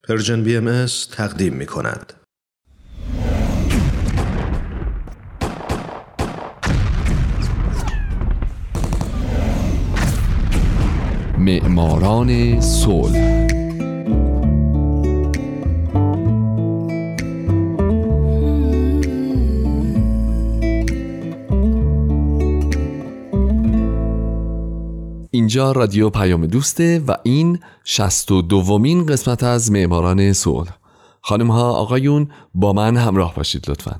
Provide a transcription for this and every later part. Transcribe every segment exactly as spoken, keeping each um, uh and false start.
پرژن بی ام اس تقدیم می کند. معماران صلح. اینجا رادیو پیام دوسته و این شصت و دومین قسمت از معماران صلح. خانم ها آقایون با من همراه باشید لطفاً.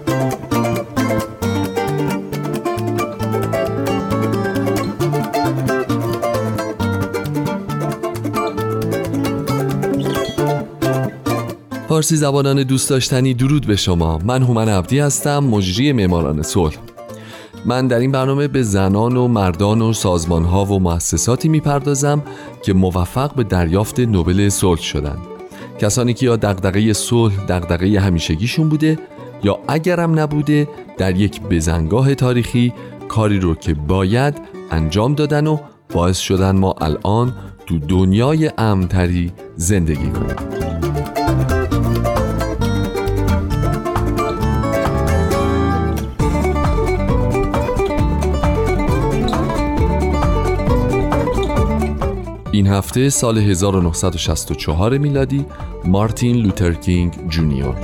فارسی زبانان دوست داشتنی، درود به شما. من هومن عبدی هستم، مجری معماران صلح. من در این برنامه به زنان و مردان و سازمان‌ها و مؤسساتی می‌پردازم که موفق به دریافت نوبل صلح شدند. کسانی که یا دغدغه صلح دغدغه همیشگیشون بوده یا اگرم نبوده در یک بزنگاه تاریخی کاری رو که باید انجام دادن و باعث شدن ما الان تو دنیای امن‌تری زندگی کنیم. این هفته سال هزار و نهصد و شصت و چهار میلادی مارتین لوتر کینگ جونیور.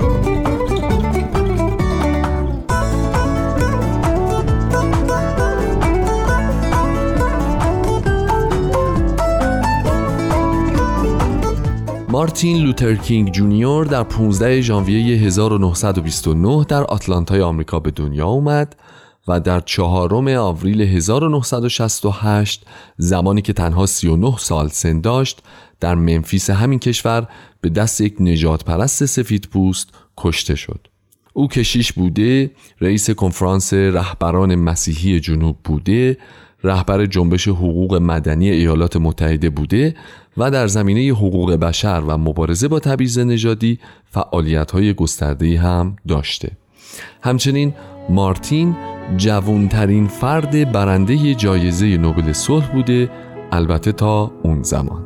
مارتین لوتر کینگ جونیور در پانزده ژانویه هزار و نهصد و بیست و نه در آتلانتای آمریکا به دنیا اومد و در چهارم آوریل هزار و نهصد و شصت و هشت زمانی که تنها سی و نه سال سن داشت در منفیس همین کشور به دست یک نژاد پرست سفیدپوست کشته شد. او کشیش بوده، رئیس کنفرانس رهبران مسیحی جنوب بوده، رهبر جنبش حقوق مدنی ایالات متحده بوده و در زمینه حقوق بشر و مبارزه با تبعیض نژادی فعالیت‌های گسترده‌ای هم داشته. همچنین مارتین جوانترین فرد برنده جایزه نوبل صلح بوده، البته تا اون زمان.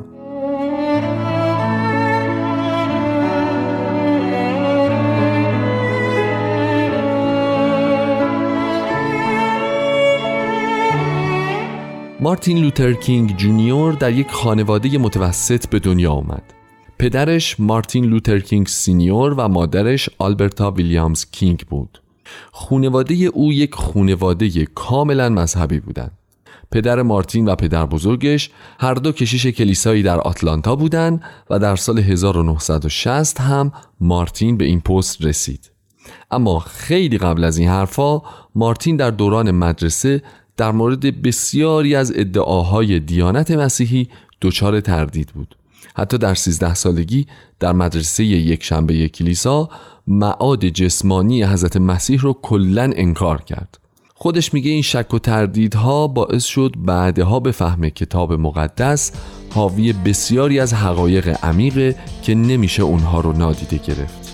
مارتین لوتر کینگ جونیور در یک خانواده متوسط به دنیا آمد. پدرش مارتین لوتر کینگ سینیور و مادرش آلبرتا ویلیامز کینگ بود. خانواده او یک خانواده کاملا مذهبی بودند. پدر مارتین و پدر بزرگش هر دو کشیش کلیسایی در آتلانتا بودند و در سال هزار و نهصد و شصت هم مارتین به این پست رسید. اما خیلی قبل از این حرفا مارتین در دوران مدرسه در مورد بسیاری از ادعاهای دیانت مسیحی دچار تردید بود. حتی در سیزده سالگی در مدرسه یک شنبه کلیسا معاد جسمانی حضرت مسیح رو کلاً انکار کرد. خودش میگه این شک و تردیدها باعث شد بعدها بفهمه کتاب مقدس حاوی بسیاری از حقایق عمیقه که نمیشه اونها رو نادیده گرفت.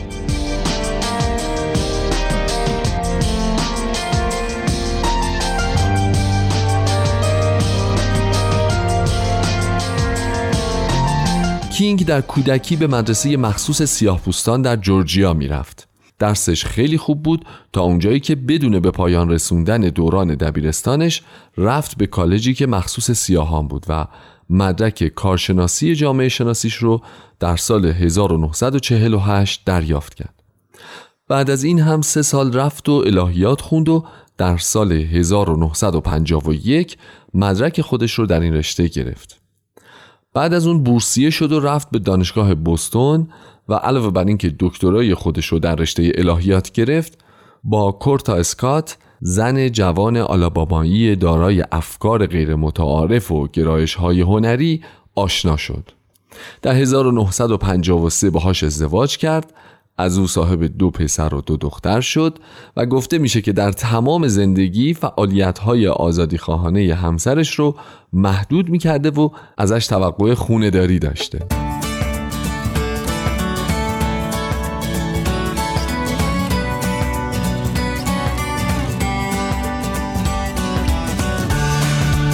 کینگ در کودکی به مدرسه مخصوص سیاه‌پوستان در جورجیا میرفت. درسش خیلی خوب بود تا اونجایی که بدون به پایان رسوندن دوران دبیرستانش رفت به کالجی که مخصوص سیاهان بود و مدرک کارشناسی جامعه شناسیش رو در سال هزار و نهصد و چهل و هشت دریافت کرد. بعد از این هم سه سال رفت و الهیات خوند و در سال هزار و نهصد و پنجاه و یک مدرک خودش رو در این رشته گرفت. بعد از اون بورسیه شد و رفت به دانشگاه بوستون و علاوه بر این که دکترای خودش رو در رشته الهیات گرفت، با کورتا اسکات، زن جوان آلابامایی دارای افکار غیر متعارف و گرایش‌های هنری آشنا شد. در هزار و نهصد و پنجاه و سه باهاش ازدواج کرد، از او صاحب دو پسر و دو دختر شد و گفته میشه که در تمام زندگی فعالیت‌های آزادیخواهانه همسرش رو محدود میکرده و ازش توقع خونه‌داری داشته.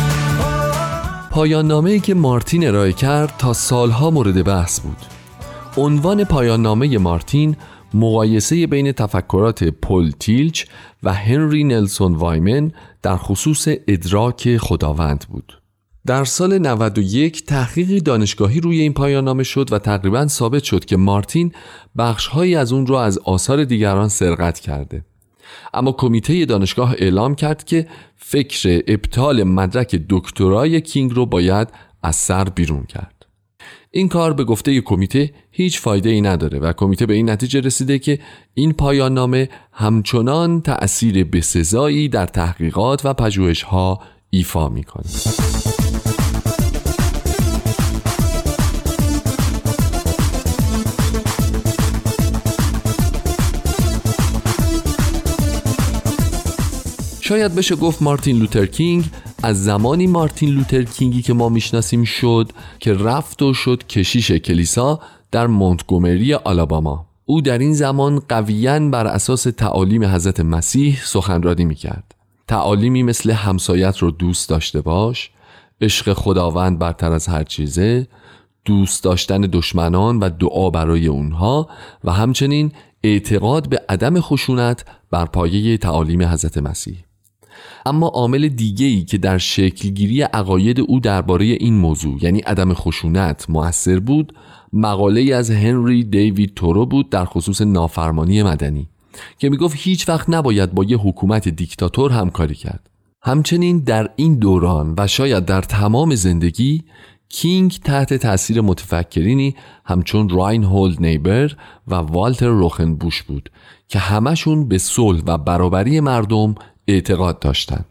پایان نامه‌ای که مارتین ارائه کرد تا سالها مورد بحث بود. عنوان پایان نامه مارتین مقایسه بین تفکرات پل تیلچ و هنری نلسون وایمن در خصوص ادراک خداوند بود. در سال نود و یک تحقیقی دانشگاهی روی این پایان نامه شد و تقریباً ثابت شد که مارتین بخش‌هایی از اون را از آثار دیگران سرقت کرده. اما کمیته دانشگاه اعلام کرد که فکر ابطال مدرک دکترای کینگ رو باید از سر بیرون کرد. این کار به گفته کمیته هیچ فایده ای نداره و کمیته به این نتیجه رسیده که این پایان نامه همچنان تأثیر بسزایی در تحقیقات و پژوهش‌ها ایفا می‌کنه. شاید بشه گفت مارتین لوتر کینگ از زمانی مارتین لوتر کینگی که ما میشناسیم شد که رفت و شد کشیش کلیسا در مونتگومری آلاباما. او در این زمان قویاً بر اساس تعالیم حضرت مسیح سخنرانی میکرد. تعالیمی مثل همسایت رو دوست داشته باش، عشق خداوند برتر از هر چیزه، دوست داشتن دشمنان و دعا برای اونها و همچنین اعتقاد به عدم خشونت بر پایه تعالیم حضرت مسیح. اما عامل دیگه‌ای که در شکلگیری عقاید او درباره این موضوع یعنی عدم خشونت مؤثر بود، مقاله‌ای از هنری دیوید تورو بود در خصوص نافرمانی مدنی که میگفت هیچ وقت نباید با یه حکومت دیکتاتور همکاری کرد. همچنین در این دوران و شاید در تمام زندگی کینگ تحت تأثیر متفکرینی همچون راینهولد نیبر و والتر روخنبوش بود که همشون به صلح و برابری مردم اعتقاد داشتند.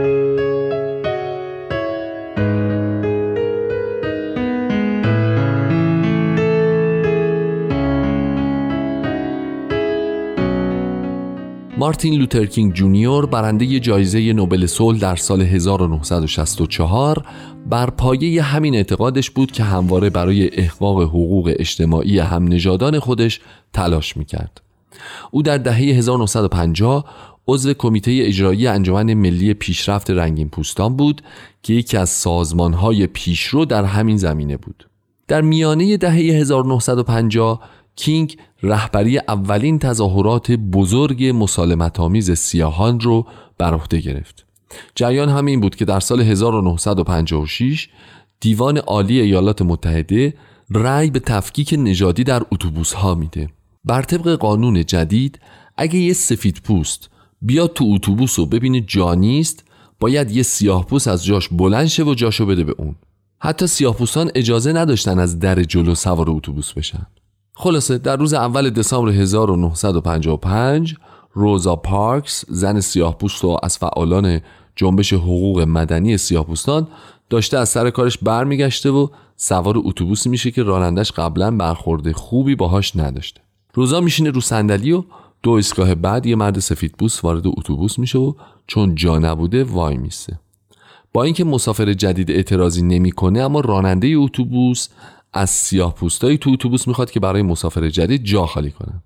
مارتین لوتر کینگ جونیور برنده جایزه نوبل صلح در سال هزار و نهصد و شصت و چهار بر پایه همین اعتقادش بود که همواره برای احقاق حقوق اجتماعی هم نژادان خودش تلاش میکرد. او در دهه هزار و نهصد و پنجاه عضو کمیته اجرایی انجمن ملی پیشرفت رنگین پوستان بود که یکی از سازمان‌های پیشرو در همین زمینه بود. در میانه دهه هزار و نهصد و پنجاه کینگ رهبری اولین تظاهرات بزرگ مسالمت‌آمیز سیاهان رو بر عهده گرفت. جریان همین بود که در سال هزار و نهصد و پنجاه و شش دیوان عالی ایالات متحده رأی به تفکیک نژادی در اتوبوس‌ها میده. بر طبق قانون جدید اگه یه سفید پوست بیاد تو اتوبوس و ببینه جا نیست، باید یه سیاه پوست از جاش بلند شه و جاشو بده به اون. حتی سیاه پوستان اجازه نداشتن از در جلو سوار اتوبوس بشن. خلاصه در روز اول دسامبر هزار و نهصد و پنجاه و پنج روزا پارکس، زن سیاه‌پوست و از فعالان جنبش حقوق مدنی سیاه‌پوستان، داشته از سر کارش برمیگشته و سوار اتوبوسی میشه که رانندش قبلا برخورد خوبی باهاش نداشته. روزا میشینه رو صندلی و دو ایستگاه بعد یه مرد سفیدپوست وارد اتوبوس میشه و چون جا نبوده وای میسته. با اینکه مسافر جدید اعتراضی نمیکنه، اما راننده اتوبوس از سیاه‌پوستای تو اتوبوس میخواد که برای مسافر جدید جا خالی کنن.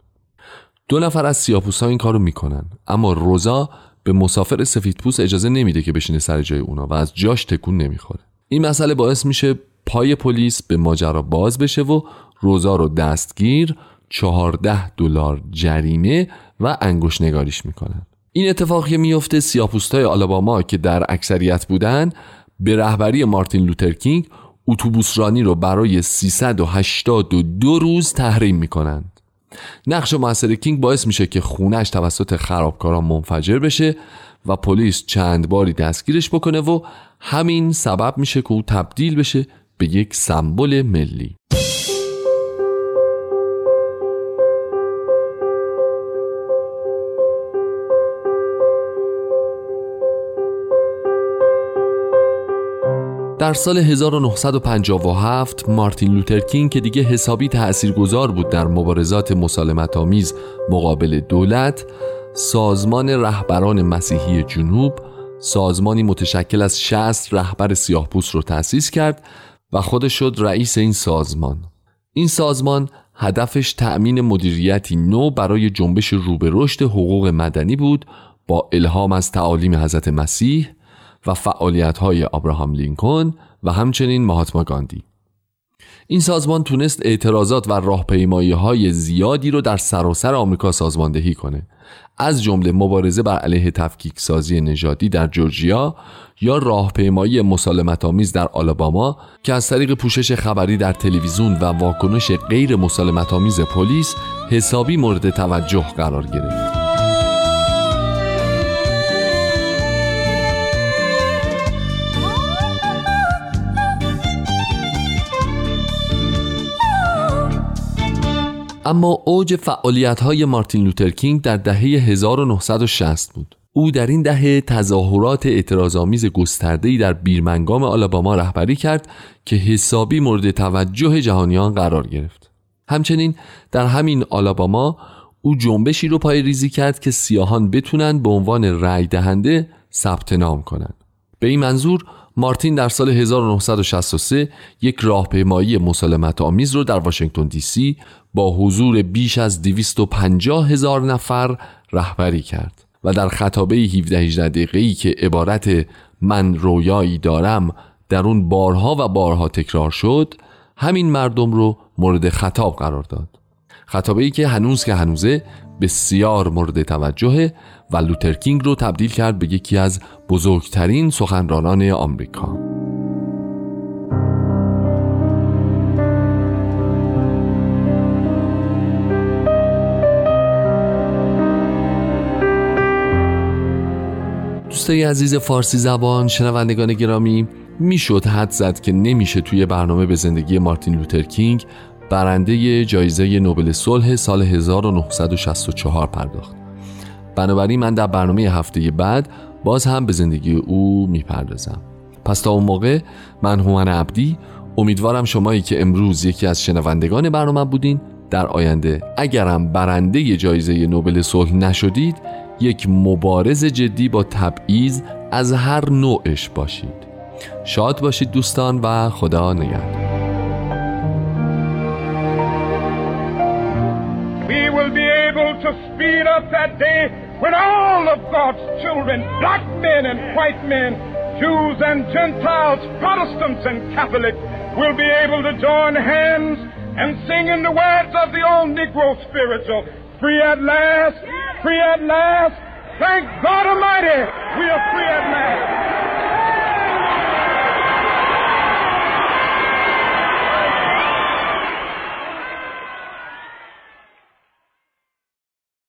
دو نفر از سیاه‌پوستا این کارو میکنن، اما روزا به مسافر سفیدپوست اجازه نمیده که بشینه سر جای اونا و از جاش تکون نمیخوره. این مسئله باعث میشه پای پلیس به ماجرا باز بشه و روزا رو دستگیر، چهارده دلار جریمه و انگشت نگاریش میکنن. این اتفاقی میفته سیاه‌پوستای آلاباما که در اکثریت بودن به رهبری مارتین لوتر کینگ اتوبوس رانی رو برای سیصد و هشتاد و دو روز تحریم میکنن. نقش موثر کینگ باعث میشه که خونش توسط خرابکاران منفجر بشه و پلیس چند باری دستگیرش بکنه و همین سبب میشه که او تبدیل بشه به یک سمبل ملی. در سال هزار و نهصد و پنجاه و هفت مارتین لوتر کینگ که دیگه حسابی تأثیرگذار بود در مبارزات مسالمت‌آمیز مقابل دولت، سازمان رهبران مسیحی جنوب، سازمانی متشکل از شصت رهبر سیاه‌پوست رو تأسیس کرد و خودش شد رئیس این سازمان. این سازمان هدفش تأمین مدیریتی نو برای جنبش رو به رشد حقوق مدنی بود با الهام از تعالیم حضرت مسیح و فعالیت‌های ابراهام لینکلن و همچنین مهاتما گاندی. این سازمان تونست اعتراضات و راهپیمایی‌های زیادی رو در سراسر آمریکا سازماندهی کنه، از جمله مبارزه بر علیه تفکیک سازی نژادی در جورجیا یا راهپیمایی مسالمت‌آمیز در آلاباما که از طریق پوشش خبری در تلویزیون و واکنش غیر مسالمت‌آمیز پلیس حسابی مورد توجه قرار گرفت. اما اوج فعالیت‌های مارتین لوتر کینگ در دهه هزار و نهصد و شصت بود. او در این دهه تظاهرات اعتراض‌آمیز گسترده‌ای در بیرمنگام آلاباما رهبری کرد که حسابی مورد توجه جهانیان قرار گرفت. همچنین در همین آلاباما او جنبشی رو پایه‌ریزی کرد که سیاهان بتونن به عنوان رأی دهنده ثبت نام کنند. به این منظور مارتین در سال هزار و نهصد و شصت و سه یک راهپیمایی مسالمت‌آمیز رو در واشنگتن دی سی با حضور بیش از دویست و پنجاه هزار نفر رهبری کرد و در خطابه هفده هجده دقیقه‌ای که عبارت من رویایی دارم در اون بارها و بارها تکرار شد، همین مردم رو مورد خطاب قرار داد. خطابه‌ای که هنوز که هنوزه بسیار مورد توجهه و لوتر کینگ رو تبدیل کرد به یکی از بزرگترین سخنرانان آمریکا. دوستای عزیز فارسی زبان، شنوندگان گرامی، میشد حد زد که نمیشه توی برنامه به زندگی مارتین لوتر کینگ، برنده جایزه نوبل صلح سال هزار و نهصد و شصت و چهار پرداخت. بنابراین من در برنامه هفته بعد باز هم به زندگی او میپردازم. پس تا اون موقع من هومن عبدی، امیدوارم شمایی که امروز یکی از شنوندگان برنامه بودین، در آینده اگرم برنده جایزه نوبل صلح نشدید، یک مبارز جدی با تبعیض از هر نوعش باشید. شاد باشید دوستان و خدا نگهدار. We will be able to speed up that day when all of God's children, black men and white men, Jews and Gentiles, Protestants and Catholics, will be able to join hands and sing in the words of the old Negro spiritual, free at last, free at last, thank God Almighty, we are free at last.